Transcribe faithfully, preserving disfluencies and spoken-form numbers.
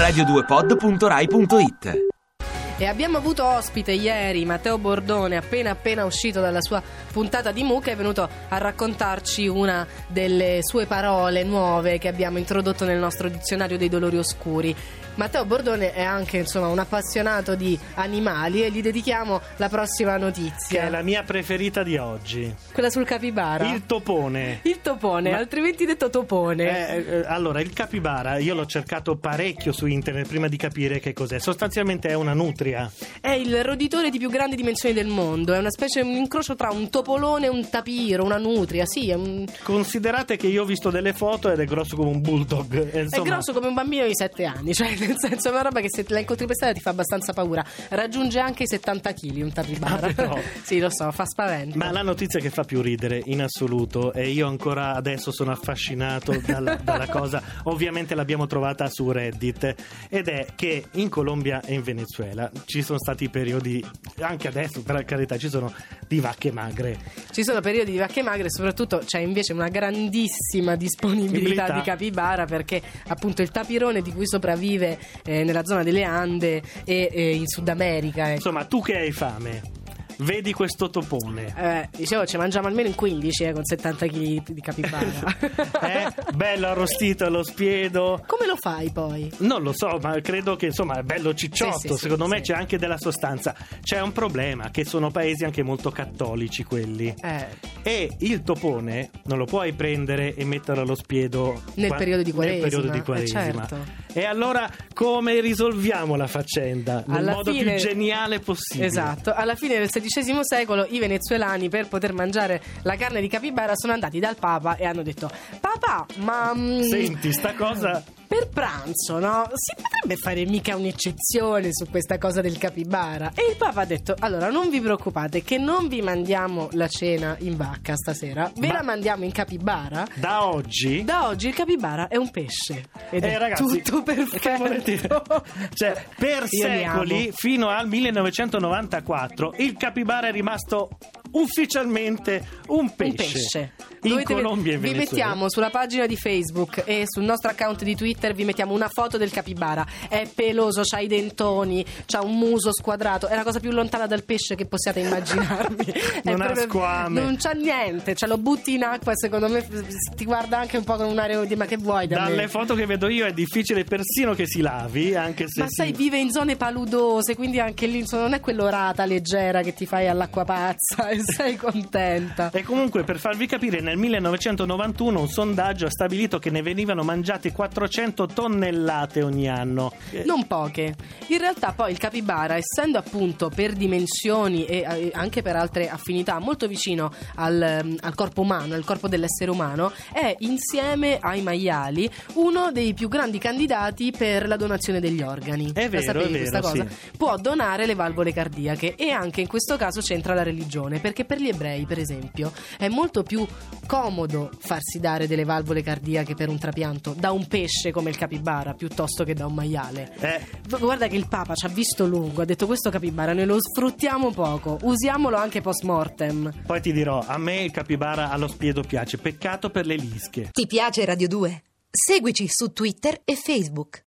radio due pod punto rai punto it. E abbiamo avuto ospite ieri Matteo Bordone, appena appena uscito dalla sua puntata di Mucca, è venuto a raccontarci una delle sue parole nuove che abbiamo introdotto nel nostro dizionario dei dolori oscuri. Matteo Bordone è anche, insomma, un appassionato di animali e gli dedichiamo la prossima notizia, che è la mia preferita di oggi, quella sul capibara. Il topone. Il topone, Ma... altrimenti detto topone. Eh, eh, allora, il capibara io l'ho cercato parecchio su internet prima di capire che cos'è. Sostanzialmente è una nutria. È il roditore di più grandi dimensioni del mondo. È una specie, un incrocio tra un topolone e un tapiro, una nutria. Sì, è un... Considerate che io ho visto delle foto ed è grosso come un bulldog. E, insomma... È grosso come un bambino di sette anni, cioè nel senso è una roba che se la incontri per strada ti fa abbastanza paura. Raggiunge anche i settanta chili un capibara. Ah, sì, lo so, fa spavento. Ma la notizia che fa più ridere in assoluto, e io ancora adesso sono affascinato dalla, dalla cosa, ovviamente l'abbiamo trovata su Reddit, ed è che in Colombia e in Venezuela ci sono stati periodi, anche adesso per carità, ci sono di vacche magre. Ci sono periodi di vacche magre, soprattutto c'è invece una grandissima disponibilità di capibara, perché appunto il tapirone di cui sopravvive eh, nella zona delle Ande e eh, in Sud America. Ecco. Insomma, tu che hai fame, vedi questo topone. Eh, dicevo, ci mangiamo almeno in quindici eh, con settanta chili di capibara. eh, bello arrostito allo spiedo. Come lo fai poi? Non lo so, ma credo che insomma è bello cicciotto. Sì, sì, secondo sì, me sì. C'è anche della sostanza. C'è un problema, che sono paesi anche molto cattolici quelli. Eh. E il topone non lo puoi prendere e metterlo allo spiedo nel qua, periodo di Quaresima. Nel periodo di Quaresima. Eh, certo. E allora come risolviamo la faccenda nel alla modo fine, più geniale possibile? Esatto. Alla fine del sedicesimo secolo i venezuelani, per poter mangiare la carne di capibara, sono andati dal Papa e hanno detto: papà, ma senti, sta cosa per pranzo, no? Si potrebbe fare mica un'eccezione su questa cosa del capibara? E il Papa ha detto: allora non vi preoccupate, che non vi mandiamo la cena in vacca stasera, ve Ma la mandiamo in capibara. Da oggi? Da oggi il capibara è un pesce. Ed eh, è ragazzi, tutto perfetto. Cioè, per Io secoli, fino al millenovecentonovantaquattro, il capibara è rimasto ufficialmente un pesce. Un pesce. In Dovete Colombia e vi Venezuela. mettiamo sulla pagina di Facebook e sul nostro account di Twitter, vi mettiamo una foto del capibara. È peloso, c'ha i dentoni, c'ha un muso squadrato, è la cosa più lontana dal pesce che possiate immaginarvi. Non ha squame, non c'ha niente, cioè lo butti in acqua e secondo me ti guarda anche un po' con un aereo di: ma che vuoi da Dalle me? foto che vedo io è difficile persino che si lavi, anche se ma sai, si... vive in zone paludose, quindi anche lì insomma, non è quell'orata leggera che ti fai all'acqua pazza e sei contenta. E comunque, per farvi capire, nel millenovecentonovantuno un sondaggio ha stabilito che ne venivano mangiate quattrocento tonnellate ogni anno. Non poche. In realtà poi il capibara, essendo appunto per dimensioni e anche per altre affinità molto vicino al, al corpo umano, al corpo dell'essere umano, è insieme ai maiali uno dei più grandi candidati per la donazione degli organi. È vero, la sapevi è vero, questa cosa? sì. Può donare le valvole cardiache, e anche in questo caso c'entra la religione, perché per gli ebrei, per esempio, è molto più comodo farsi dare delle valvole cardiache per un trapianto da un pesce come il capibara piuttosto che da un maiale. Eh. Guarda che il Papa ci ha visto lungo, ha detto: questo capibara noi lo sfruttiamo poco, usiamolo anche post mortem. Poi ti dirò, a me il capibara allo spiedo piace, peccato per le lische. Ti piace Radio due? Seguici su Twitter e Facebook.